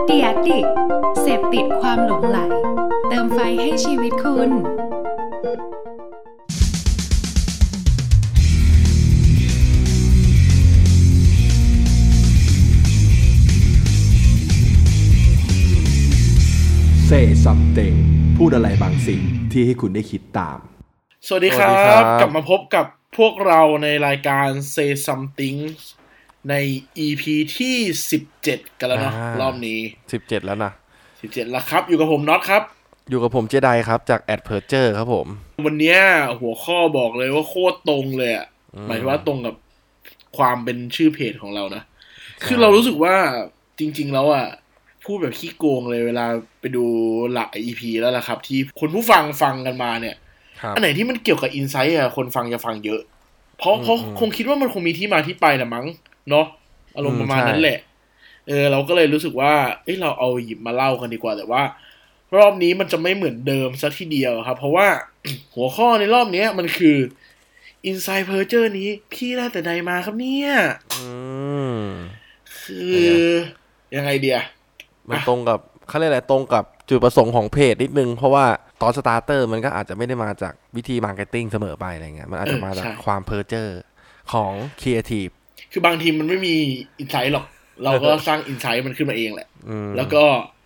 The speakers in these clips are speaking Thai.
เดียดิเสพติดความหลงใหลเติมไฟให้ชีวิตคุณ Say something พูดอะไรบางสิ่งที่ให้คุณได้คิดตามสวัสดีครับกลับมาพบกับพวกเราในรายการ Say something ใน EP ที่17กันแล้วเนาะรอบนี้ 17แล้วนะ 17แล้วครับอยู่กับผมน็อตครับอยู่กับผมเจไดครับจาก @percher ครับผมวันนี้หัวข้อบอกเลยว่าโคตรตรงเลยอ่ะหมายถึงว่าตรงกับความเป็นชื่อเพจของเรานะคือเรารู้สึกว่าจริงๆแล้วอ่ะพูดแบบขี้โกงเลยเวลาไปดูหลาย EP แล้วล่ะครับที่คนผู้ฟังกันมาเนี่ยอันไหนที่มันเกี่ยวกับอินไซต์อ่ะคนฟังจะฟังเยอะเพราะคงคิดว่ามันคงมีที่มาที่ไปแหละมั้งเนาะอารมณ์ประมาณนั้นแหละเราก็เลยรู้สึกว่าเราเอาหยิบมาเล่ากันดีกว่าแต่ว่ารอบนี้มันจะไม่เหมือนเดิมซะทีเดียวครับเพราะว่า หัวข้อในรอบนี้มันคือ Inside Percher นี้พี่ได้แต่ใดมาครับเนี่ยคือยังไงเดียมันตรงกับเขาเรียกอะไรตรงกับจุดประสงค์ของเพจนิดนึงเพราะว่าตอนสตาร์เตอร์มันก็อาจจะไม่ได้มาจากวิธีมาร์เก็ตติ้งเสมอไปอะไรเงี้ยมันอาจจะมาจากความเพอร์เจอร์ของครีเอทีฟคือบางทีมันไม่มีอินไซต์หรอกเราก็สร้างอินไซต์มันขึ้นมาเองแหละแล้วก็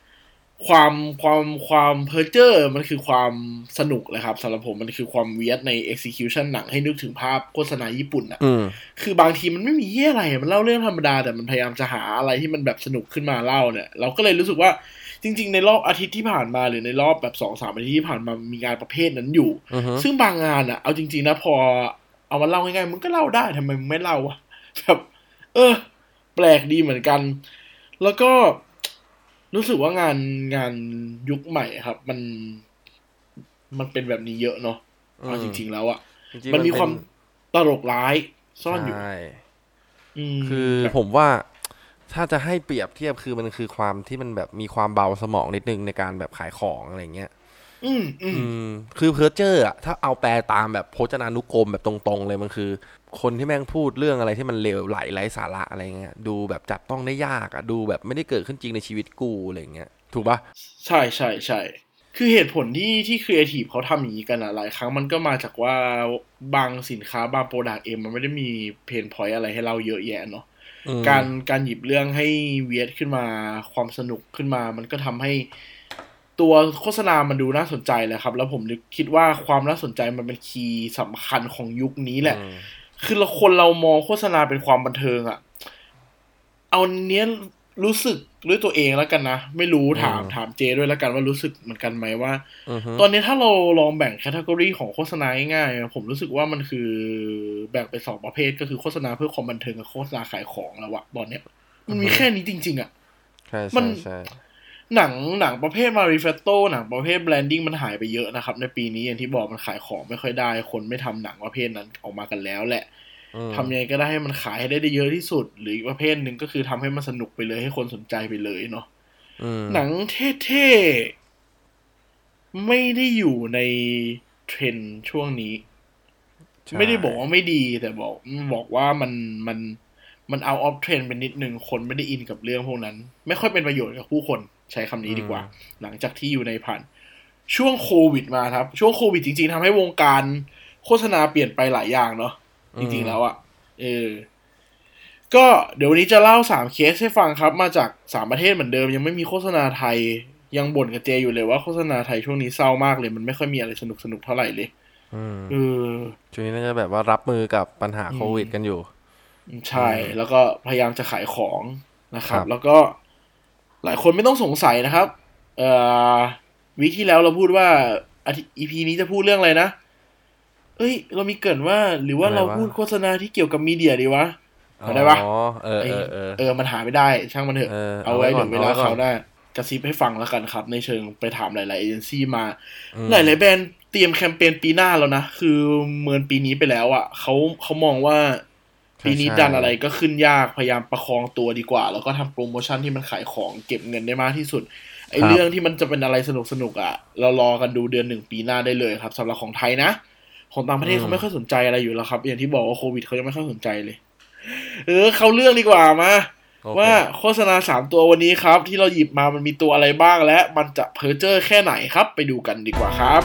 ความเพอร์เจอร์มันคือความสนุกเลยครับสำหรับผมมันคือความเวียดใน execution หนังให้นึกถึงภาพโฆษณาญี่ปุ่นอ่ะคือบางทีมันไม่มีเหี้ยอะไรมันเล่าเรื่องธรรมดาแต่มันพยายามจะหาอะไรที่มันแบบสนุกขึ้นมาเล่าเนี่ยเราก็เลยรู้สึกว่าจริงๆในรอบอาทิตย์ที่ผ่านมาหรือในรอบแบบ 2-3 อาทิตย์ที่ผ่านมามีงานประเภทนั้นอยู่ซึ่งบางงานอ่ะเอาจริงๆนะพอเอามาเล่าง่ายๆมึงก็เล่าได้ทำไมมึงไม่เล่าวะแบบแปลกดีเหมือนกันแล้วก็รู้สึกว่างานยุคใหม่ครับมันเป็นแบบนี้เยอะเนาะเอาจริงๆแล้วอ่ะมันมีความตลกร้ายซ่อนอยู่คือผมว่าถ้าจะให้เปรียบเทียบคือมันคือความที่มันแบบมีความเบาสมองนิดนึงในการแบบขายของอะไรเงี้ยคือเพอร์เจอร์อะถ้าเอาแปลตามแบบพจนานุกรมแบบตรงๆเลยมันคือคนที่แม่งพูดเรื่องอะไรที่มันเลวไหลไร้สาระอะไรเงี้ยดูแบบจับต้องได้ยากอะดูแบบไม่ได้เกิดขึ้นจริงในชีวิตกูอะไรเงี้ยถูกปะใช่ใช่ใช่คือเหตุผลที่ครีเอทีฟเขาทำอย่างนี้กันอะหลายครั้งมันก็มาจากว่าบางสินค้าบางโปรดักต์เองมันไม่ได้มีเพนพอยต์อะไรให้เราเยอะแยะเนาะการหยิบเรื่องให้เวียดขึ้นมาความสนุกขึ้นมามันก็ทำให้ตัวโฆษณามันดูน่าสนใจแหละครับแล้วผมคิดว่าความน่าสนใจมันเป็นคีย์สำคัญของยุคนี้แหละคือคนเรามองโฆษณาเป็นความบันเทิงอะเอาเนี้ยรู้สึกด้วยตัวเองแล้วกันนะไม่รู้ถามเจด้วยแล้วกันว่ารู้สึกเหมือนกันไหมว่าตอนนี้ถ้าเราลองแบ่งแคตตากรีของโฆษณาง่ายๆผมรู้สึกว่ามันคือแบ่งเป็น2ประเภทก็คือโฆษณาเพื่อความบันเทิงกับโฆษณาขายของแล้วอะตอนเนี้ยมันมีแค่นี้จริงๆอะมันหนังประเภทมาริเฟตโตหนังประเภทแบรนดิ้งมันหายไปเยอะนะครับในปีนี้อย่างที่บอกมันขายของไม่ค่อยได้คนไม่ทำหนังประเภทนั้นออกมากันแล้วแหละทำยังไงก็ได้ให้มันขายให้ได้เยอะที่สุดหรืออีกประเภทหนึ่งก็คือทำให้มันสนุกไปเลยให้คนสนใจไปเลยเนาะหนังเท่ๆไม่ได้อยู่ในเทรนด์ช่วงนี้ไม่ได้บอกว่าไม่ดีแต่บอกว่ามันเอาออฟเทรนด์เป็นนิดนึงคนไม่ได้อินกับเรื่องพวกนั้นไม่ค่อยเป็นประโยชน์กับผู้คนใช้คำนี้ดีกว่าหลังจากที่อยู่ในผ่านช่วงโควิดมาครับช่วงโควิดจริงๆทำให้วงการโฆษณาเปลี่ยนไปหลายอย่างเนาะจริงๆแล้วอ่ะก็เดี๋ยววันนี้จะเล่า3เคสให้ฟังครับมาจาก3ประเทศเหมือนเดิมยังไม่มีโฆษณาไทยยังบ่นกับเจอยู่เลยว่าโฆษณาไทยช่วงนี้เศร้ามากเลยมันไม่ค่อยมีอะไรสนุกเท่าไหร่เลยช่วงนี้น่าจะแบบว่ารับมือกับปัญหาโควิดกันอยู่ใช่แล้วก็พยายามจะขายของนะครับแล้วก็หลายคนไม่ต้องสงสัยนะครับวีคที่แล้วเราพูดว่าEP นี้จะพูดเรื่องอะไรนะเรามีเกริ่นว่าหรือว่าเราพูดโฆษณาที่เกี่ยวกับมีเดียดีวะได้ปะมันหาไม่ได้ช่างมันเถอะเอาไว้เดี๋ยวเวลาเขาได้กระซิบให้ฟังแล้วกันครับในเชิงไปถามหลายๆเอเจนซี่มาหลายๆแบรนด์เตรียมแคมเปญปีหน้าแล้วนะคือเมินปีนี้ไปแล้วอ่ะเขามองว่าปีนี้ดันอะไรก็ขึ้นยากพยายามประคองตัวดีกว่าแล้วก็ทำโปรโมชั่นที่มันขายของเก็บเงินได้มากที่สุดไอ้เรื่องที่มันจะเป็นอะไรสนุกอ่ะเรารอกันดูเดือน1ปีหน้าได้เลยครับสำหรับของไทยนะของต่างประเทศเขาไม่ค่อยสนใจอะไรอยู่แล้วครับอย่างที่บอกว่าโควิดเขายังไม่ค่อยสนใจเลยเขาเรื่องดีกว่ามาว่าโฆษณา3ตัววันนี้ครับที่เราหยิบมามันมีตัวอะไรบ้างและมันจะเพ้อเจ้อแค่ไหนครับไปดูกันดีกว่าครับ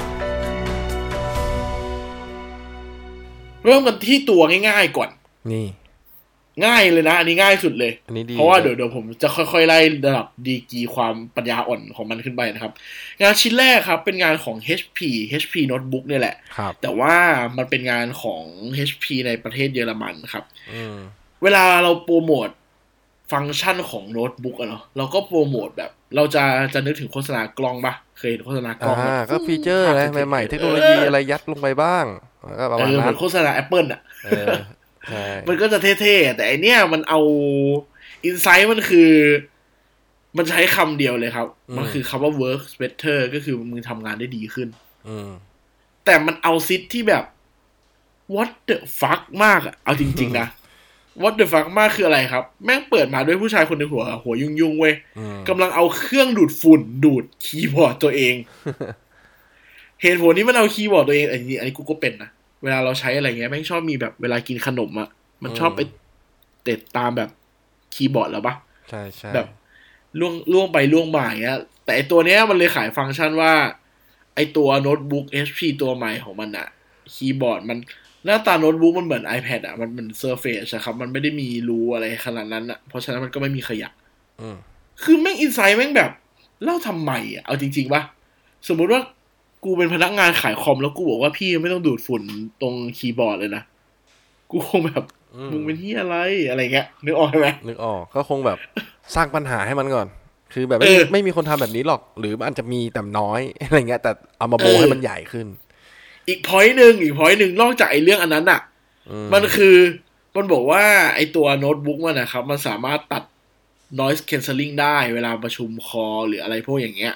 เริ่มกันที่ตัวง่ายๆก่อนนี่ง่ายเลยนะอันนี้ง่ายสุดเลยอันนี้ดีเพราะว่าเดี๋ยวผมจะค่อยๆไล่ระดับดีกรีความปัญญาอ่อนของมันขึ้นไปนะครับงานชิ้นแรกครับเป็นงานของ HP Notebook เนี่ยแหละแต่ว่ามันเป็นงานของ HP ในประเทศเยอรมันครับเวลาเราโปรโมทฟังก์ชันของโน้ตบุ๊กอะเนาะเราก็โปรโมทแบบเราจะนึกถึงโฆษณากล้องปะเคยเห็นโฆษณากล้องก็ฟีเจอร์อะไรใหม่ๆเทคโนโลยีอะไรยัดลงไปบ้างก็ประมาณนั้นเหมือนโฆษณา Apple อะมันก็จะเท่ๆแต่ไอเนี้ยมันเอาอินไซต์มันคือมันใช้คำเดียวเลยครับมันคือคำว่า work better ก็คือมึงทำงานได้ดีขึ้นแต่มันเอาซิทที่แบบ what the fuck มากอะเอาจริงๆนะ what the fuck มากคืออะไรครับแม่งเปิดมาด้วยผู้ชายคนในหัวยุ่งๆเว้ยกำลังเอาเครื่องดูดฝุ่นดูดคีย์บอร์ดตัวเอง เหตุผลนี้มันเอาคีย์บอร์ดตัวเองอันนี้กูก็เป็นนะเวลาเราใช้อะไรเงี้ยแม่งชอบมีแบบเวลากินขนมอะมันชอบไปเตะตามแบบคีย์บอร์ดแล้วปะใช่แบบล่วงไปล่วงมาอย่างเงี้ยแต่ไอตัวเนี้ยมันเลยขายฟังก์ชันว่าไอตัวโน้ตบุ๊ก HP ตัวใหม่ของมันอะคีย์บอร์ดมันหน้าตาโน้ตบุ๊กมันเหมือน iPad อะมันเซอร์เฟซอะครับมันไม่ได้มีรูอะไรขนาดนั้นอะเพราะฉะนั้นมันก็ไม่มีขยะคือแม่งอินไซต์แม่งแบบเล่าทำไมอะเอาจริงๆปะสมมุติว่ากูเป็นพนักงานขายคอมแล้วกูบอกว่าพี่ไม่ต้องดูดฝุ่นตรงคีย์บอร์ดเลยนะกูคงแบบมึงเป็นที่อะไรเงี้ยนึกออกไหมนึกออกก็คงแบบสร้างปัญหาให้มันก่อนคือแบบไม่มีคนทำแบบนี้หรอกหรือมันจะมีแต่น้อยอะไรเงี้ยแต่เอามาโบให้มันใหญ่ขึ้นอีก point หนึ่งนอกจากไอ้เรื่องอันนั้นอ่ะมันคือมันบอกว่าไอ้ตัวโน้ตบุ๊กมันนะครับมันสามารถตัด noise cancelling ได้เวลาประชุมคอหรืออะไรพวกอย่างเงี้ย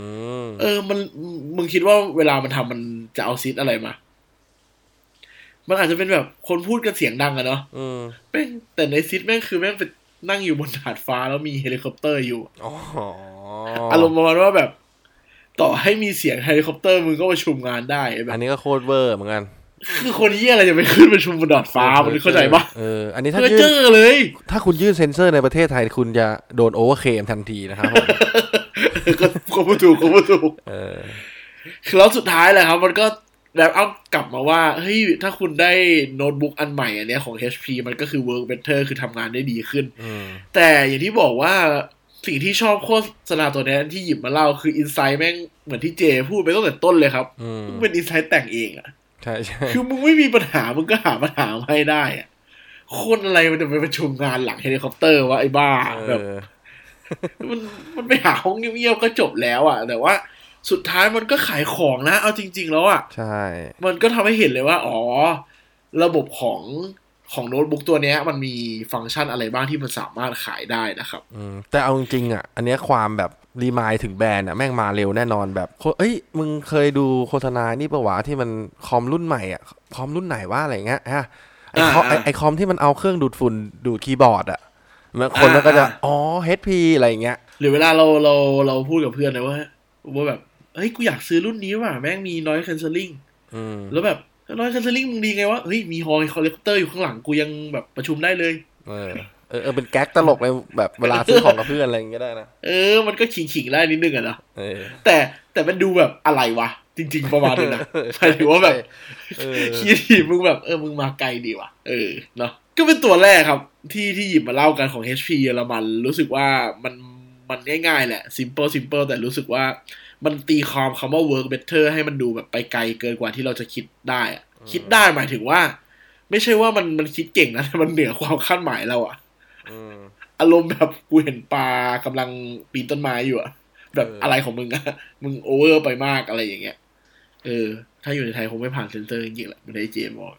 มึงคิดว่าเวลามันทำมันจะเอาซิทอะไรมามันอาจจะเป็นแบบคนพูดกันเสียงดังอะเนาะแต่ในซิทแม่งคือแม่งเป็นนั่งอยู่บนดาดฟ้าแล้วมีเฮลิคอปเตอร์อยู่อารมณ์ประมาณว่าแบบต่อให้มีเสียงเฮลิคอปเตอร์มึงก็ประชุมงานได้แบบอันนี้ก็โคตรเวอร์เหมือนกันคือคนเหี้ยอะไรจะไปขึ้นประชุมบนดาดฟ้ามันเข้าใจปะอันนี้ถ้ายื่นเลยถ้าคุณยื่นเซ็นเซอร์ในประเทศไทยคุณจะโดนโอเวอร์เคมทันทีนะครับก็พูดถูกคือแล้วสุดท้ายแหละครับมันก็แล้วเอากลับมาว่าเฮ้ยถ้าคุณได้โน้ตบุ๊กอันใหม่อันเนี้ยของ HP มันก็คือ work better คือทำงานได้ดีขึ้นแต่อย่างที่บอกว่าสิ่งที่ชอบโฆษณาตัวนี้ที่หยิบมาเล่าคืออินไซต์แม่งเหมือนที่เจพูดไปตั้งแต่ต้นเลยครับมึงเป็นอินไซต์แต่งเองอ่ะใช่คือมึงไม่มีปัญหามึงก็หาปัญหามาให้ได้อ่ะคนอะไรมันจะไปประชุมงานหลังเฮลิคอปเตอร์วะไอ้บ้าแบบมันไปหาห้องเงียบๆก็จบแล้วอ่ะแต่ว่าสุดท้ายมันก็ขายของนะเอาจริงๆแล้วอ่ะใช่มันก็ทำให้เห็นเลยว่าอ๋อระบบของโน้ตบุ๊กตัวนี้มันมีฟังก์ชันอะไรบ้างที่มันสามารถขายได้นะครับแต่เอาจริงๆอ่ะอันนี้ความแบบรีมายถึงแบรนด์อ่ะแม่งมาเร็วแน่นอนแบบเอ้ยมึงเคยดูโฆษณานี่ปะวะที่มันคอมรุ่นใหม่อ่ะคอมรุ่นไหนว่าอะไรเงี้ยฮะไอคอมที่มันเอาเครื่องดูดฝุ่นดูดคีย์บอร์ดอ่ะคนมันก็จะอ๋อ HP อะไรเงี้ยหรือเวลาเราพูดกับเพื่อนนะว่าแบบเฮ้ยกูอยากซื้อรุ่นนี้ว่ะแม่งมี noise cancelling แล้วแบบnoise cancelling มึงดีไงวะเฮ้ยมีฮอลคอลเลกเตอร์อยู่ข้างหลังกูยังแบบประชุมได้เลยเป็นแก๊กตลกเลยแบบเวลาซื้อของกับเพื่อนอะไรอย่างเงี้ยได้นะมันก็ขิงได้นิดนึงอะนะแต่มันดูแบบอะไรวะจริงๆประมาณนึงนะหมายถึงว่าแบบคีย์ทีมึงแบบมึงมาไกลดีว่ะเนาะก็เป็นตัวแรกครับที่หยิบมาเล่ากันของ HP เยอรมันรู้สึกว่ามันง่ายๆแหละ simple แต่รู้สึกว่ามันตีความคำว่า work better ให้มันดูแบบไปไกลเกินกว่าที่เราจะคิดได้อะคิดได้หมายถึงว่าไม่ใช่ว่ามันคิดเก่งนะแต่มันเหนือความคาดหมายเราอะอารมณ์แบบกูเห็นปลากำลังปีนต้นไม้อยู่อะแบบอะไรของมึงอะมึงโอเวอร์ไปมากอะไรอย่างเงี้ยถ้าอยู่ในไทยคงไม่ผ่านเซ็นเซอร์จริงๆแหละไม่ได้เจมบอก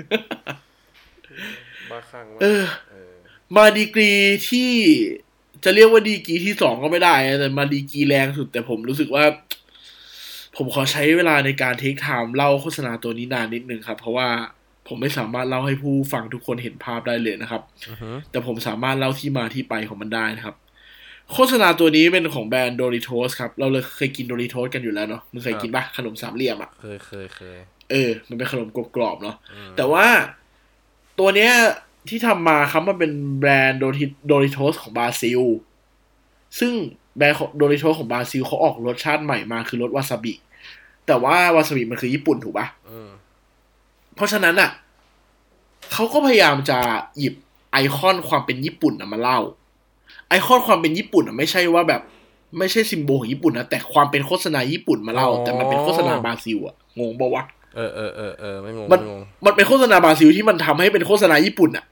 บ้าคลั่งมาดีกรีที่จะเรียกว่าดีกรีที่2ก็ไม่ได้แต่มาดีกรีแรงสุดแต่ผมรู้สึกว่าผมขอใช้เวลาในการเทคไทม์เล่าโฆษณาตัวนี้นานนิดนึงครับเพราะว่าผมไม่สามารถเล่าให้ผู้ฟังทุกคนเห็นภาพได้เลยนะครับ แต่ผมสามารถเล่าที่มาที่ไปของมันได้นะครับโฆษณาตัวนี้เป็นของแบรนด์ Doritos ครับเราเลยเคยกิน Doritos กันอยู่แล้วเนาะมึงเคยกินป่ะขนมสามเหลี่ยมอ่ะเคยมันเป็นขนมกรอบๆเนาะแต่ว่าตัวเนี้ยที่ทำมาครับมันเป็นแบรนด์โดริโทสของบราซิลซึ่งแบรนด์โดริโทสของบราซิลเขาออกรสชาติใหม่มาคือรสวาซาบิแต่ว่าวาซาบิมันคือญี่ปุ่นถูกปะเพราะฉะนั้นอ่ะเขาก็พยายามจะหยิบไอคอนความเป็นญี่ปุ่นมาเล่าไอคอนความเป็นญี่ปุ่นไม่ใช่ว่าแบบไม่ใช่ซิมโบลของญี่ปุ่นนะแต่ความเป็นโฆษณาญี่ปุ่นมาเล่าแต่มันเป็นโฆษณาบราซิลอ่ะงงปะวะไม่งงมันเป็นโฆษณาบราซิลที่มันทำให้เป็นโฆษณาญี่ปุ่นอ่ะ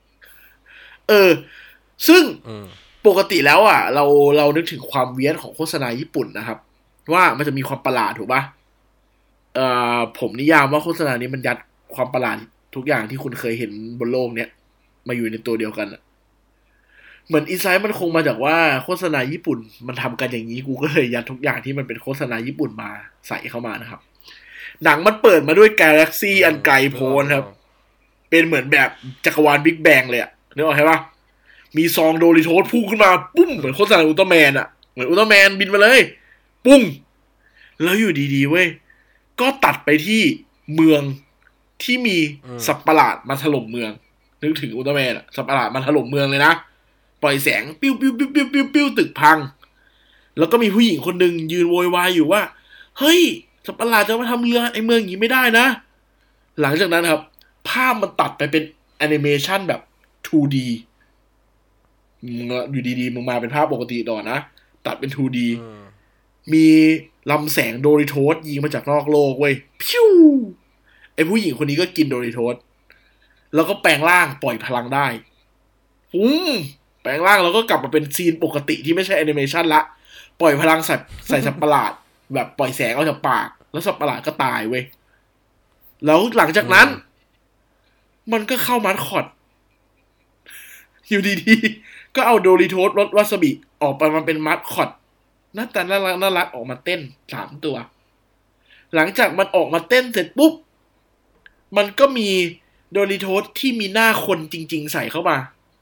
ซึ่งปกติแล้วอ่ะเรานึกถึงความเวียนของโฆษณาญี่ปุ่นนะครับว่ามันจะมีความประหลาดถูกปะผมนิยามว่าโฆษณานี้มันยัดความประหลาดทุกอย่างที่คุณเคยเห็นบนโลกเนี้ยมาอยู่ในตัวเดียวกันอ่ะเหมือนอินไซต์มันคงมาจากว่าโฆษณาญี่ปุ่นมันทำกันอย่างนี้กูก็เลยยัดทุกอย่างที่มันเป็นโฆษณาญี่ปุ่นมาใส่เข้ามานะครับหนังมันเปิดมาด้วยกาแล็กซี่อันไกลโพ้นครับเป็นเหมือนแบบจักรวาลบิ๊กแบงเลยอ่ะนึกออกใช่ปะมีซองโดริโทสพุ่งขึ้นมาปุ้มเหมือนโฆษณาอุลตร้าแมนอ่ะเหมือนอุลตร้าแมนบินมาเลยปุ้งแล้วอยู่ดีๆเว้ยก็ตัดไปที่เมืองที่มีสัตว์ประหลาดมาถล่มเมืองนึกถึงอุลตร้าแมนอ่ะสัตว์ประหลาดมาถล่มเมืองเลยนะปล่อยแสงปิ้วปิ้วปิ้วปิ้วปิ้วปิ้วตึกพังแล้วก็มีผู้หญิงคนนึงยืนโวยวายอยู่ว่าเฮ้ยสัตว์ประหลาดจะมาทำเรือไอ้เมืองอย่างนี้ไม่ได้นะหลังจากนั้นครับภาพมันตัดไปเป็นแอนิเมชันแบบ 2D อยู่ดีๆมึงมาเป็นภาพปกติต่อนะตัดเป็น 2D มีลำแสงโดริโทสยิงมาจากนอกโลกเว้ยพิ้วไอ้ผู้หญิงคนนี้ก็กินโดริโทสแล้วก็แปลงร่างปล่อยพลังได้แปลงร่างแล้วก็กลับมาเป็นซีนปกติที่ไม่ใช่แอนิเมชันละปล่อยพลังใส่สัตว์ประหลาดแบบปล่อยแสงออกจากปากแล้วสัตว์ประหลาดก็ตายเว้ยแล้วหลังจากนั้นมันก็เข้ามัสคอตอยู่ดีๆก็เอาโดริโทสรสวาซาบิออกมาเป็นมัสคอตหน้าตาน่ารักออกมาเต้น3ตัวหลังจากมันออกมาเต้นเสร็จปุ๊บมันก็มีโดริโทสที่มีหน้าคนจริงๆใส่เข้ามา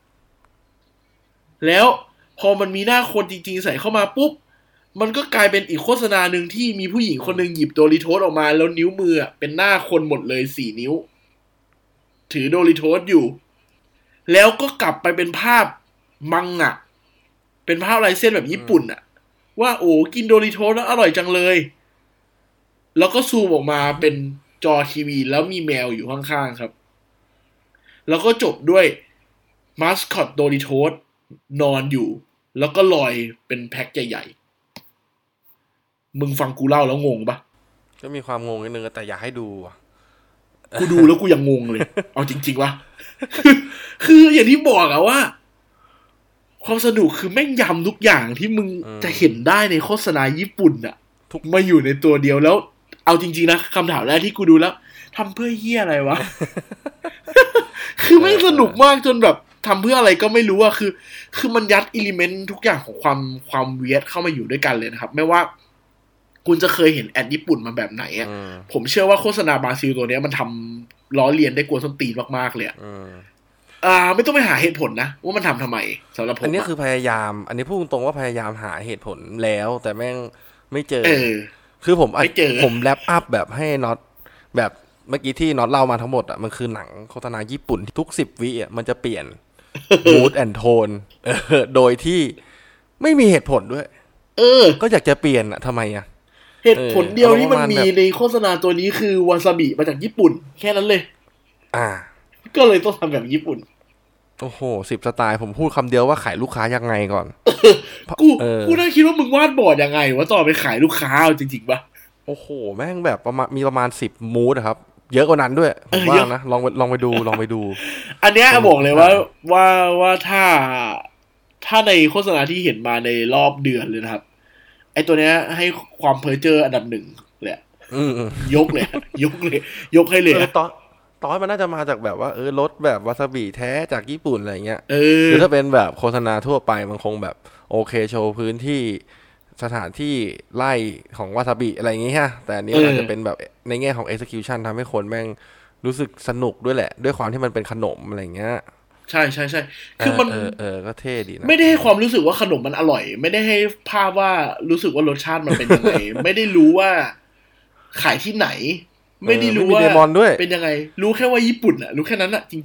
แล้วพอมันมีหน้าคนจริงๆใส่เข้ามาปุ๊บมันก็กลายเป็นอีกโฆษณาหนึ่งที่มีผู้หญิงคนหนึ่งหยิบโดริโทสออกมาแล้วนิ้วมือเป็นหน้าคนหมดเลย4 นิ้วถือโดริโทสอยู่แล้วก็กลับไปเป็นภาพมังงะเป็นภาพลายเส้นแบบญี่ปุ่นอะว่าโอ้กินโดริโทสแล้วอร่อยจังเลยแล้วก็ซูมออกมาเป็นจอทีวีแล้วมีแมวอยู่ข้างๆครับแล้วก็จบด้วยมาสคอตโดริโทสนอนอยู่แล้วก็ลอยเป็นแพ็คใหญ่ๆมึงฟังกูเล่าแล้วงงปะก็มีความงงนิดนึงแต่อยากให้ดูกูดูแล้วกูยังงงเลยเอาจริงๆวะคืออย่างที่บอกอะว่าความสนุกคือแม่งยำทุกอย่างที่มึงจะเห็นได้ในโฆษณาญี่ปุ่นอะทุกมาอยู่ในตัวเดียวแล้วเอาจริงๆนะคำถามแรกที่กูดูแล้วทำเพื่อเหี้ยอะไรวะ คือแม่งสนุกมากจนแบบทำเพื่ออะไรก็ไม่รู้อะคือมันยัดอิเลเมนต์ทุกอย่างของความเวียดเข้ามาอยู่ด้วยกันเลยนะครับไม่ว่าคุณจะเคยเห็นแอดญี่ปุ่นมาแบบไหนอะผมเชื่อว่าโฆษณาบราซิลตัวนี้มันทำล้อเลียนได้กวนส้นตีนมากๆเลยไม่ต้องไปหาเหตุผลนะว่ามันทำไมสำหรับผมอันนี้คือพยายามอันนี้พูดตรงๆว่าพยายามหาเหตุผลแล้วแต่แม่งไม่เจอคือผมแรปอัพแบบให้น็อตแบบเมื่อกี้ที่น็อตเล่ามาทั้งหมดอ่ะมันคือหนังโฆษณาญี่ปุ่นทุก10 วิอ่ะมันจะเปลี่ยน mood and tone โดยที่ไม่มีเหตุผลด้วยก็อยากจะเปลี่ยนอ่ะทำไมอ่ะเหตุผลเดียวที่มันมีในโฆษณาตัวนี้คือวาซาบิมาจากญี่ปุ่นแค่นั้นเลยก็เลยต้องทำแบบญี่ปุ่นโอ้โห10 สไตล์ผมพูดคำเดียวว่าขายลูกค้ายังไงก่อนกูน่าคิดว่ามึงวาดบอร์ดยังไงว่าต่อไปขายลูกค้าจริงๆปะโอ้โหแม่งแบบมีประมาณ10 มูดครับเยอะกว่านั้นด้วยผมว่านะลองไปดูอันเนี้ยบอกเลยว่าถ้าในโฆษณาที่เห็นมาในรอบเดือนเลยนะครับไอตัวเนี้ยให้ความเพ้อเจ้ออันดับ1เลยยกให้เลยตอนมันน่าจะมาจากแบบว่ารสแบบวาซาบิแท้จากญี่ปุ่นอะไรเงี้ยคือถ้าเป็นแบบโฆษณาทั่วไปมันคงแบบโอเคโชว์พื้นที่สถานที่ไล่ของวาซาบิอะไรอย่างงี้ฮะแต่อันนี้มันอาจจะเป็นแบบในแง่ของ execution ทำให้คนแม่งรู้สึกสนุกด้วยแหละด้วยความที่มันเป็นขนมอะไรเงี้ยใช่คือมันก็เท่ดีนะไม่ได้ให้ความรู้สึกว่าขนมมันอร่อยไม่ได้ให้ภาพว่ารู้สึกว่ารสชาติมันเป็นยังไง ไม่ได้รู้ว่าขายที่ไหนไม่ได้รู้ว่าเป็นยังไงรู้แค่ว่าญี่ปุ่นอ่ะรู้แค่นั้นอ่ะจริงๆอ่ะ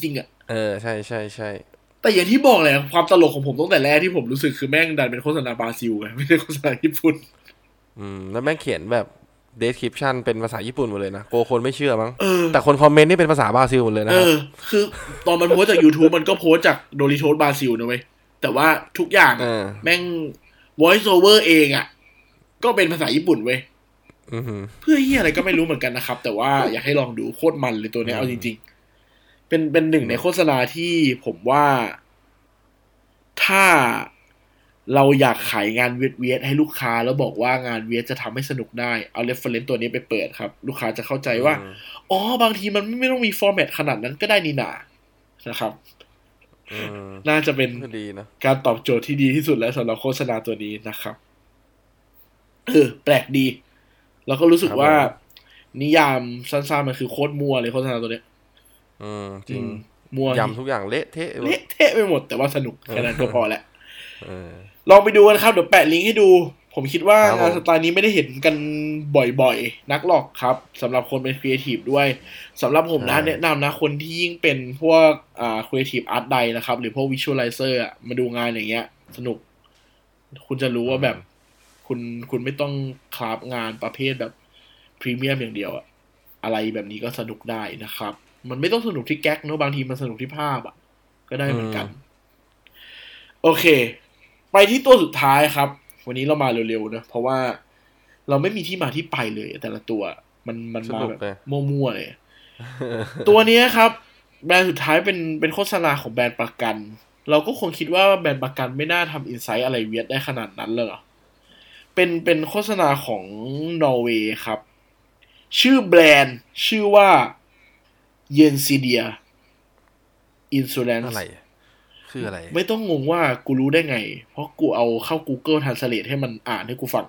ใช่ใช่ใช่แต่อย่างที่บอกแหละความตลกของผมตั้งแต่แรกที่ผมรู้สึกคือแม่งดันเป็นโฆษณาบราซิลไงไม่ใช่โฆษณาญี่ปุ่นแล้วแม่งเขียนแบบ description เป็นภาษาญี่ปุ่นหมดเลยนะโกคนไม่เชื่อมั้งแต่คนคอมเมนต์นี่เป็นภาษาบราซิลหมดเลยนะครับคือตอนมันโพสจาก YouTube มันก็โพสจากโดริโทสบราซิลนะเว้ยแต่ว่าทุกอย่างแม่ง voice over เองอ่ะก็เป็นภาษาญี่ปุ่นเว้ยเพื่อเหี้ยอะไรก็ไม่รู้เหมือนกันนะครับแต่ว่าอยากให้ลองดูโคตรมันเลยตัวนี้เอาจริงๆเป็นหนึ่งในโฆษณาที่ผมว่าถ้าเราอยากขายงานเวียดให้ลูกค้าแล้วบอกว่างานเวียดจะทำให้สนุกได้เอาเรฟเฟอเรนซ์ตัวนี้ไปเปิดครับลูกค้าจะเข้าใจว่าอ๋อบางทีมันไม่ต้องมีฟอร์แมตขนาดนั้นก็ได้นี่นานะครับน่าจะเป็นการตอบโจทย์ที่ดีที่สุดแล้วสำหรับโฆษณาตัวนี้นะครับแปลกดีแล้วก็รู้สึกว่านิยามสั้นๆมันคือโคตรมั่วเลยโฆษณาตัวนี้จริงมั่วยำทุกอย่างเละเทะไปหมดแต่ว่าสนุกแค่นั้นก็พอแล้วลองไปดูกันครับเดี๋ยวแปะลิงก์ให้ดูผมคิดว่างานสไตล์นี้ไม่ได้เห็นกันบ่อยๆนักหรอกครับสำหรับคนเป็นครีเอทีฟด้วยสำหรับผมนะแนะนำนะคนที่ยิ่งเป็นพวกครีเอทีฟอาร์ตไดนะครับหรือพวกวิชวลไลเซอร์มาดูงานอย่างเงี้ยสนุกคุณจะรู้ว่าแบบคุณไม่ต้องคราฟงานประเภทแบบพรีเมียมอย่างเดียวอะไรแบบนี้ก็สนุกได้นะครับมันไม่ต้องสนุกที่แก๊กเนอะบางทีมันสนุกที่ภาพก็ได้เหมือนกันโอเคไปที่ตัวสุดท้ายครับวันนี้เรามาเร็วๆนะเพราะว่าเราไม่มีที่มาที่ไปเลยแต่ละตัวมันมาแบบมั่วๆเลยตัวนี้ครับแบรนด์สุดท้ายเป็นโฆษณาของแบรนด์ประกันเราก็คงคิดว่าแบรนด์ประกันไม่น่าทำอินไซต์อะไรเวียดได้ขนาดนั้นเลยหรอเป็นโฆษณาของนอร์เวย์ครับชื่อแบรนด์ชื่อว่าเยนซีเดียอินซูแรนซ์อะไรคืออะไรไม่ต้องงงว่ากูรู้ได้ไงเพราะกูเอาเข้า Google Translate ให้มันอ่านให้กูฟัง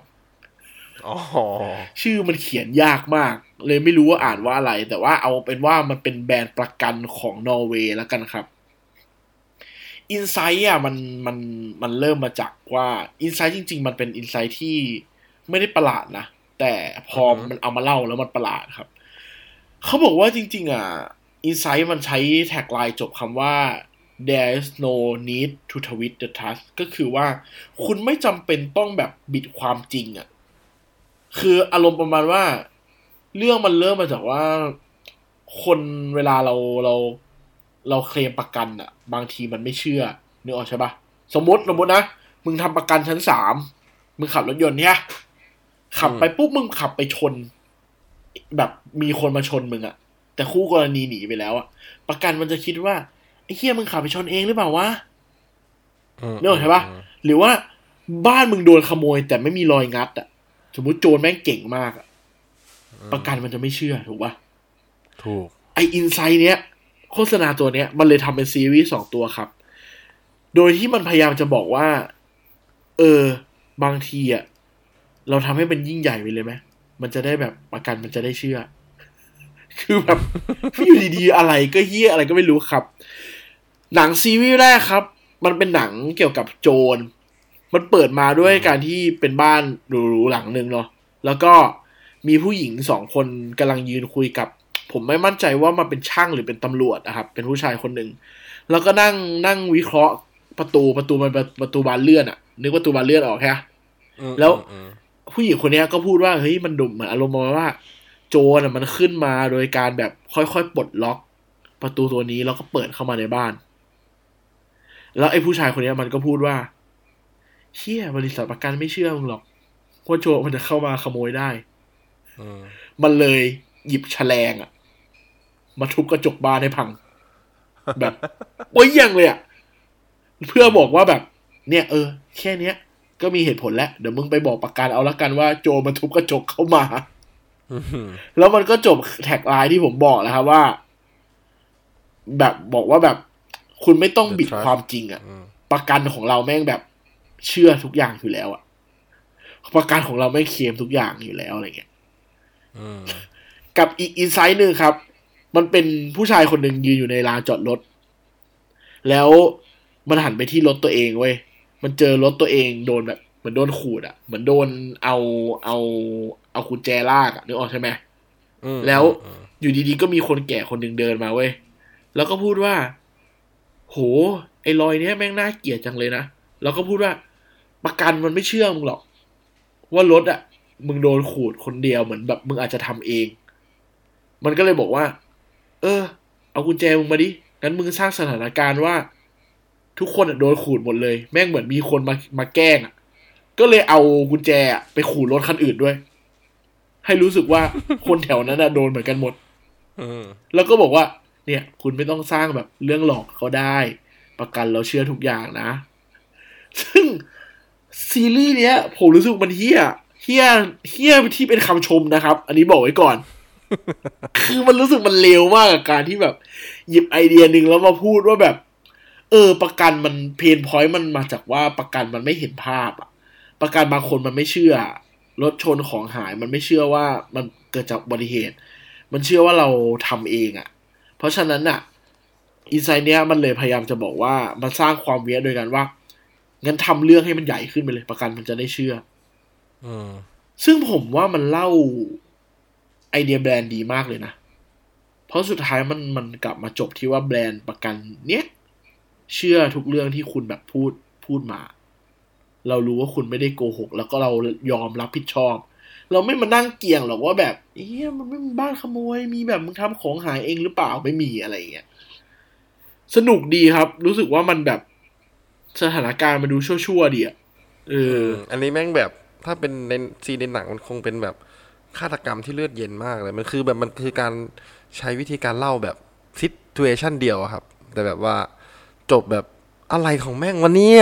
ชื่อมันเขียนยากมากเลยไม่รู้ว่าอ่านว่าอะไรแต่ว่าเอาเป็นว่ามันเป็นแบรนด์ประกันของนอร์เวย์แล้วกันครับอินไซต์มันเริ่มมาจากว่าอินไซต์จริงๆมันเป็นอินไซต์ที่ไม่ได้ประหลาดนะแต่พอมันเอามาเล่าแล้วมันประหลาดครับเขาบอกว่าจริงๆอินไซต์มันใช้แท็กไลน์จบคำว่า there is no need to twist the truth ก็คือว่าคุณไม่จำเป็นต้องแบบบิดความจริงคืออารมณ์ประมาณว่าเรื่องมันเริ่มมาจากว่าคนเวลาเราเคลมประกันบางทีมันไม่เชื่อนึกออกใช่ปะสมมตินะมึงทำประกันชั้น3มึงขับรถยนต์เนี่ยขับไปปุ๊บมึงขับไปชนแบบมีคนมาชนมึงแต่คู่กรณีหนีไปแล้วประกันมันจะคิดว่าไอ้เหี้ยมึงขับไปชนเองหรือเปล่าวะนึกออกใช่ปะหรือว่าบ้านมึงโดนขโมยแต่ไม่มีรอยงัดสมมุติโจรแม่งเก่งมากประกันมันจะไม่เชื่อถูกปะถูกไออินไซต์เนี้ยโฆษณาตัวเนี้ยมันเลยทำเป็นซีรีส์2ตัวครับโดยที่มันพยายามจะบอกว่าบางทีเราทำให้มันยิ่งใหญ่ไปเลยไหมมันจะได้แบบประกันมันจะได้เชื่อคือแบบอยู่ดีๆอะไรก็เหี้ยอะไรก็ไม่รู้ครับหนังซีรีส์แรกครับมันเป็นหนังเกี่ยวกับโจรมันเปิดมาด้วยการที่เป็นบ้านหรูๆหลังนึงเนาะแล้วก็มีผู้หญิง2คนกำลังยืนคุยกับผมไม่มั่นใจว่ามันเป็นช่างหรือเป็นตำรวจนะครับเป็นผู้ชายคนหนึ่งแล้วก็นั่งวิเคราะห์ประตูมันประตูบานเลื่อนนึกว่าประตูบานเลื่อนออกแค่แล้วผู้หญิงคนนี้ก็พูดว่าเฮ้ยมันดุเหมือนอารมณ์ว่าโจรมันขึ้นมาโดยการแบบค่อยๆปลดล็อกประตูตัวนี้แล้วก็เปิดเข้ามาในบ้านแล้วไอ้ผู้ชายคนนี้มันก็พูดว่าเชี่ยบริษัทประกันไม่เชื่อมึงหรอกว่าโจรมันจะเข้ามาขโมยได้มันเลยหยิบแฉลงมาทุบกระจกบ้านให้พังแบบโอ้ยยังเลยเพื่อบอกว่าแบบเนี่ยแค่เนี้ยก็มีเหตุผลแล้วเดี๋ยวมึงไปบอกประกันเอาละกันว่าโจรมันทุบกระจกเข้ามาแล้วมันก็จบแท็กไลน์ที่ผมบอกแล้วครับว่าแบบบอกว่าแบบคุณไม่ต้องบิดความจริงประกันของเราแม่งแบบเชื่อทุกอย่างอยู่แล้วประกันของเราแม่งเคลมทุกอย่างอยู่แล้วอะไรเงี้ยกับอีกอินไซต์นึงครับมันเป็นผู้ชายคนหนึ่งยืนอยู่ในลานจอดรถแล้วมันหันไปที่รถตัวเองเว้ยมันเจอรถตัวเองโดนแบบเหมือนโดนขูดเหมือนโดนเอากุญแจลากนึกออกใช่ไหมแล้วอยู่ดีๆก็มีคนแก่คนหนึ่งเดินมาเว้ยแล้วก็พูดว่าโหไอ้รอยเนี้ยแม่งน่าเกลียดจังเลยนะแล้วก็พูดว่าประกันมันไม่เชื่อมึงหรอกว่ารถอ่ะมึงโดนขูดคนเดียวเหมือนแบบมึงอาจจะทำเองมันก็เลยบอกว่าเอากุญแจมึงมาดิงั้นมึงสร้างสถานการณ์ว่าทุกคนโดนขูดหมดเลยแม่งเหมือนมีคนมาแกล้งก็เลยเอากุญแจไปขูดรถคันอื่นด้วยให้รู้สึกว่าคนแถวนั้นโดนเหมือนกันหมดแล้วก็บอกว่าเนี่ยคุณไม่ต้องสร้างแบบเรื่องหลอกเขาได้ประกันเราเชื่อทุกอย่างนะซึ่งซีรีส์เนี้ยผมรู้สึกมันเฮี้ยที่เป็นคำชมนะครับอันนี้บอกไว้ก่อน คือมันรู้สึกมันเลวมากกับการที่แบบหยิบไอเดียหนึ่งแล้วมาพูดว่าแบบประกันมันเพนพอยต์มันมาจากว่าประกันมันไม่เห็นภาพประกันบางคนมันไม่เชื่อรถชนของหายมันไม่เชื่อว่ามันเกิดจากอุบัติเหตุมันเชื่อว่าเราทำเองเพราะฉะนั้นอินไซต์เนี้ยมันเลยพยายามจะบอกว่ามันสร้างความเวียดโดยกันว่างั้นทำเรื่องให้มันใหญ่ขึ้นไปเลยประกันมันจะได้เชื่อซึ่งผมว่ามันเล่าไอเดียแบรนด์ดีมากเลยนะเพราะสุดท้ายมันกลับมาจบที่ว่าแบรนด์ประกันเนี้ยเชื่อทุกเรื่องที่คุณแบบพูดมาเรารู้ว่าคุณไม่ได้โกหกแล้วก็เรายอมรับผิดชอบเราไม่มานั่งเกี่ยงหรอกว่าแบบมันไม่มีบ้านขโมยมีแบบมึงทำของหายเองหรือเปล่าไม่มีอะไรอย่างเงี้ยสนุกดีครับรู้สึกว่ามันแบบสถานการณ์มันดูชั่วๆดีอันนี้แม่งแบบถ้าเป็นในซีนในหนังมันคงเป็นแบบฆาตกรรมที่เลือดเย็นมากเลยมันคือแบบมันคือการใช้วิธีการเล่าแบบซิทูเอชั่นเดียวครับแต่แบบว่าจบแบบอะไรของแม่งวันนี้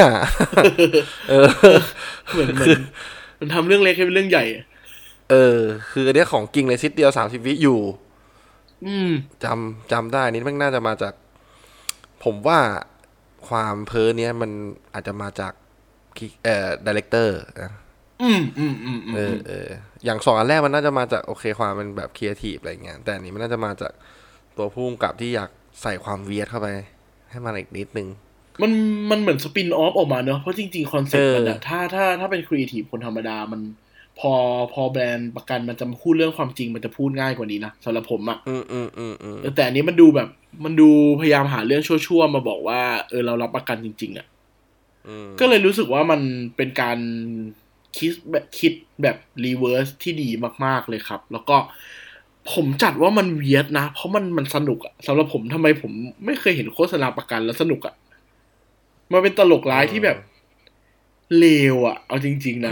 เหมือนมันทำเรื่องเล็กให้เป็นเรื่องใหญ่คืออันนี้ของจริงเลยซิทเดียว30 วิอยู่จำได้นี่แม่งน่าจะมาจากผมว่าความเพ้อเนี้ยมันอาจจะมาจากไดเรคเตอร์นะอย่าง2 อันแรกมันน่าจะมาจากโอเคความเป็นแบบครีเอทีฟอะไรเงี้ยแต่อันนี้มันน่าจะมาจากตัวผู้กำกับที่อยากใส่ความเวียดเข้าไปให้มันอีกนิดนึงมันเหมือนสปินออฟออกมาเนอะเพราะจริงๆคอนเซ็ปต์มันถ้าเป็นครีเอทีฟคนธรรมดามันพอแบรนด์ประกันมันจะพูดเรื่องความจริงมันจะพูดง่ายกว่านี้นะสำหรับผมแต่อันนี้มันดูแบบมันดูพยายามหาเรื่องชั่วๆมาบอกว่าเรารับประกันจริงๆก็เลยรู้สึกว่ามันเป็นการคิดแบบรีเวิร์สที่ดีมากๆเลยครับแล้วก็ผมจัดว่ามันเวียดนะเพราะมันสนุกสำหรับผมทำไมผมไม่เคยเห็นโฆษณาประกันแล้วสนุกมันเป็นตลกร้ายที่แบบเลวเอาจริงๆนะ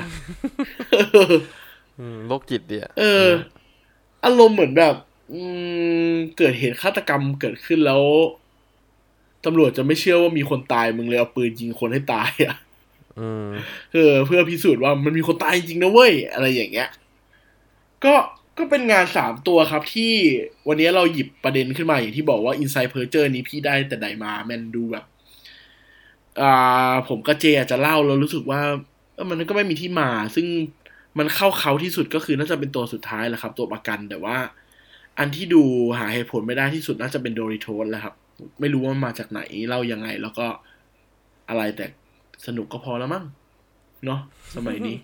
โรคจิตดิอารมณ์เหมือนแบบเกิดเหตุฆาตกรรมเกิดขึ้นแล้วตำรวจจะไม่เชื่อว่ามีคนตายมึงเลยเอาปืนยิงคนให้ตายเพื่อพิสูจน์ว่ามันมีคนตายจริงนะเว้ยอะไรอย่างเงี้ยก็เป็นงาน3 ตัวครับที่วันนี้เราหยิบประเด็นขึ้นมาอย่างที่บอกว่า Inside Purger นี้พี่ได้แต่ใดมาแม่นดูแบบผมกับเจอาจจะเล่าแล้วรู้สึกว่ามันก็ไม่มีที่มาซึ่งมันเข้าเขาที่สุดก็คือน่าจะเป็นตัวสุดท้ายแหละครับตัวประกันแต่ว่าอันที่ดูหาเหตุผลไม่ได้ที่สุดน่าจะเป็นโดริโทสแหละครับไม่รู้ว่ามาจากไหนเล่ายังไงแล้วก็อะไรแต่สนุกก็พอแล้วมั้งเนาะสมัยนี้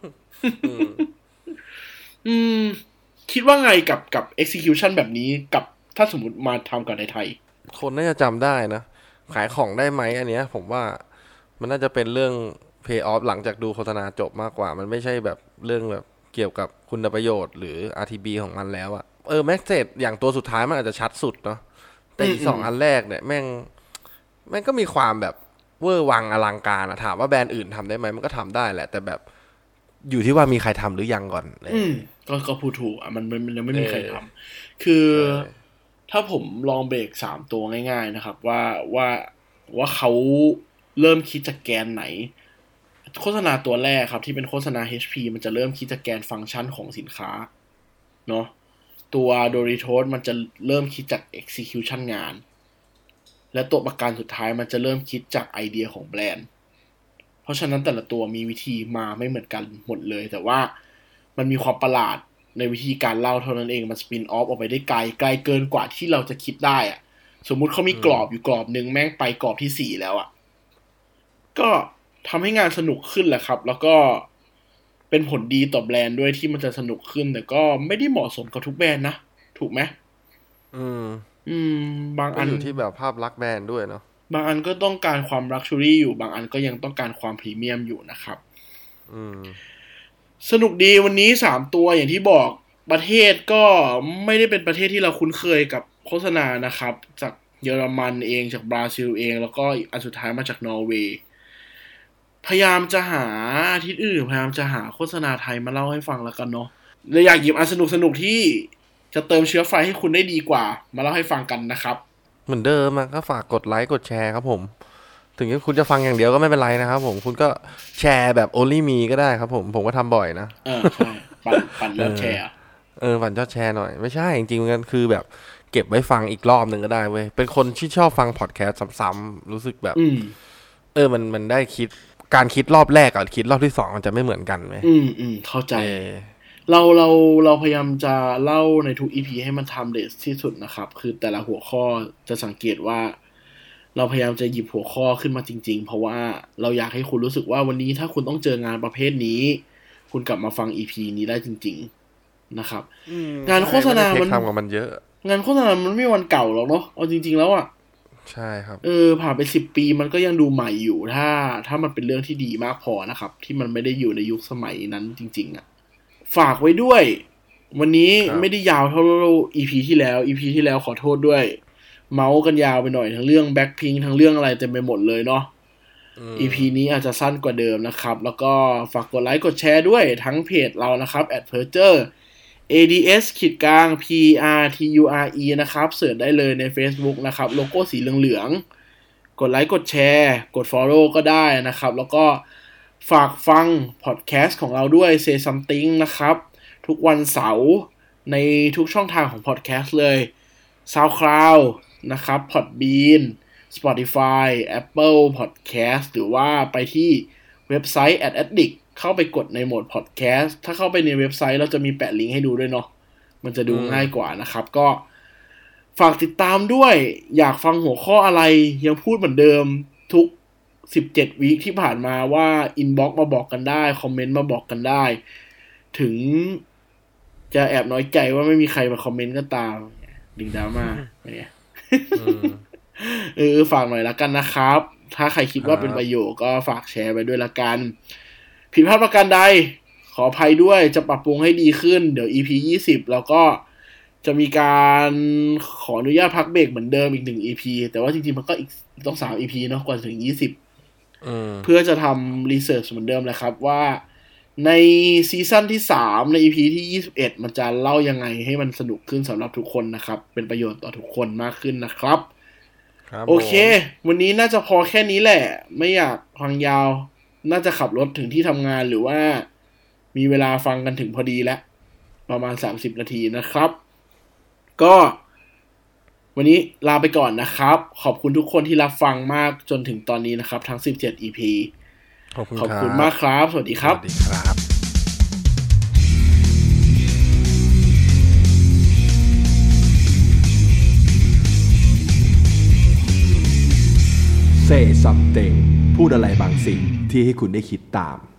คิดว่าไงกับ execution แบบนี้กับถ้าสมมติมาทำกับในไทยคนน่าจะจำได้นะขายของได้ไหมอันเนี้ยผมว่ามันน่าจะเป็นเรื่อง pay off หลังจากดูโฆษณาจบมากกว่ามันไม่ใช่แบบเรื่องแบบเกี่ยวกับคุณประโยชน์หรือ RTB ของมันแล้วแม็กเซจอย่างตัวสุดท้ายมันอาจจะชัดสุดเนาะแต่อีก2 อันแรกเนี่ยแม่งก็มีความแบบเวอร์วังอลังการถามว่าแบรนด์อื่นทำได้ไหมมันก็ทำได้แหละแต่แบบอยู่ที่ว่ามีใครทำหรือยังก่อนก็พูดถูกมันยังไม่มีใครทำคือถ้าผมลองเบรก3 ตัวง่ายๆนะครับว่าเขาเริ่มคิดจากแกนไหนโฆษณาตัวแรกครับที่เป็นโฆษณา HP มันจะเริ่มคิดจากแกนฟังก์ชันของสินค้าเนาะตัว Doritos มันจะเริ่มคิดจาก execution งานและตัวประกันสุดท้ายมันจะเริ่มคิดจากไอเดียของแบรนด์เพราะฉะนั้นแต่ละตัวมีวิธีมาไม่เหมือนกันหมดเลยแต่ว่ามันมีความประหลาดในวิธีการเล่าเท่านั้นเองมันสปินออฟออกไปได้ไกลเกินกว่าที่เราจะคิดได้สมมุติเขามีกรอบอยู่กรอบนึงแม่งไปกรอบที่4แล้วก็ทำให้งานสนุกขึ้นแหละครับแล้วก็เป็นผลดีต่อแบรนด์ด้วยที่มันจะสนุกขึ้นแต่ก็ไม่ได้เหมาะสมกับทุกแบรนด์นะถูกไหมบางอันอยู่ที่แบบภาพลักษณ์แบรนด์ด้วยเนาะบางอันก็ต้องการความลักชัวรี่อยู่บางอันก็ยังต้องการความพรีเมียมอยู่นะครับสนุกดีวันนี้3ตัวอย่างที่บอกประเทศก็ไม่ได้เป็นประเทศที่เราคุ้นเคยกับโฆษณานะครับจากเยอรมันเองจากบราซิลเองแล้วก็อันสุดท้ายมาจากนอร์เวย์พยายามจะหาอาทิตย์อื่นพยายามจะหาโฆษณาไทยมาเล่าให้ฟังแล้วกันเนาะเลยอยากหยิบอันสนุกที่จะเติมเชื้อไฟให้คุณได้ดีกว่ามาเล่าให้ฟังกันนะครับเหมือนเดิมก็ฝากกดไลค์กดแชร์ครับผมถึงคุณจะฟังอย่างเดียวก็ไม่เป็นไรนะครับผมคุณก็แชร์แบบ only me ก็ได้ครับผมก็ทำบ่อยนะใช่ปั่นยอดแชร์ปั่นยอดแชร์หน่อยไม่ใช่จริงๆมันคือแบบเก็บไว้ฟังอีกรอบนึงก็ได้เว้ยเป็นคนที่ชอบฟังพอดแคสต์ซ้ำๆรู้สึกแบบมันได้คิดการคิดรอบแรกกับคิดรอบที่2มันจะไม่เหมือนกันไหมเข้าใจเราพยายามจะเล่าในทุก EP ให้มันทำเด็ดที่สุดนะครับคือแต่ละหัวข้อจะสังเกตว่าเราพยายามจะหยิบหัวข้อขึ้นมาจริงๆเพราะว่าเราอยากให้คุณรู้สึกว่าวันนี้ถ้าคุณต้องเจองานประเภทนี้คุณกลับมาฟัง EP นี้ได้จริงๆนะครับงานโฆษณามันทำกับมันเยอะงานโฆษณามันไม่วันเก่าหรอกเนาะเอาจริงๆแล้วอ่ะใช่ครับผ่านไป10 ปีมันก็ยังดูใหม่อยู่ถ้ามันเป็นเรื่องที่ดีมากพอนะครับที่มันไม่ได้อยู่ในยุคสมัยนั้นจริงๆอ่ะฝากไว้ด้วยวันนี้ไม่ได้ยาวเท่า EP ที่แล้ว EP ที่แล้วขอโทษด้วยเมาส์กันยาวไปหน่อยทั้งเรื่อง Blackpink ทั้งเรื่องอะไรเต็มไปหมดเลยเนาะ EP นี้อาจจะสั้นกว่าเดิมนะครับแล้วก็ฝากกดไลค์กดแชร์ด้วยทั้งเพจเรานะครับ @perture ADS-PRTURE นะครับเสิร์ชได้เลยใน Facebook นะครับโลโก้สีเหลืองๆกดไลค์กดแชร์กด follow ก็ได้นะครับแล้วก็ฝากฟังพอดแคสต์ของเราด้วย Say Something นะครับทุกวันเสาร์ในทุกช่องทางของพอดแคสต์เลย SoundCloud นะครับ Podbean Spotify Apple Podcast หรือว่าไปที่เว็บไซต์ @addict เข้าไปกดในโหมด Podcast ถ้าเข้าไปในเว็บไซต์เราจะมีแปะลิงก์ให้ดูด้วยเนาะมันจะดูง่ายกว่านะครับก็ฝากติดตามด้วยอยากฟังหัวข้ออะไรยังพูดเหมือนเดิมทุก17 วีคที่ผ่านมาว่า inbox มาบอกกันได้คอมเมนต์มาบอกกันได้ถึงจะแอบน้อยใจว่าไม่มีใครมาคอมเมนต์ก็ตามดิ่งดราม่าเนี่ยฝากหน่อยละกันนะครับถ้าใครคิดว่าเป็นประโยชน์ก็ฝากแชร์ไปด้วยละกันผิดพลาดประการใดขออภัยด้วยจะปรับปรุงให้ดีขึ้นเดี๋ยว EP 20แล้วก็จะมีการขออนุญาตพักเบรกเหมือนเดิมอีก1 EP แต่ว่าจริงๆมันก็อีกต้อง3 EP เนาะกว่าถึง20เพื่อจะทำรีเสิร์ชเหมือนเดิมแหละครับว่าในซีซั่นที่3ใน EP ที่21มันจะเล่ายังไงให้มันสนุกขึ้นสำหรับทุกคนนะครับเป็นประโยชน์ต่อทุกคนมากขึ้นนะครับโอเควันนี้น่าจะพอแค่นี้แหละไม่อยากฟังยาวน่าจะขับรถถึงที่ทำงานหรือว่ามีเวลาฟังกันถึงพอดีแล้วประมาณ30 นาทีนะครับก็วันนี้ลาไปก่อนนะครับขอบคุณทุกคนที่รับฟังมากจนถึงตอนนี้นะครับทั้ง17 EP ขอบคุณมากครับสวัสดีครับสวัสดีครับ Say Something พูดอะไรบางสิ่งที่ให้คุณได้คิดตาม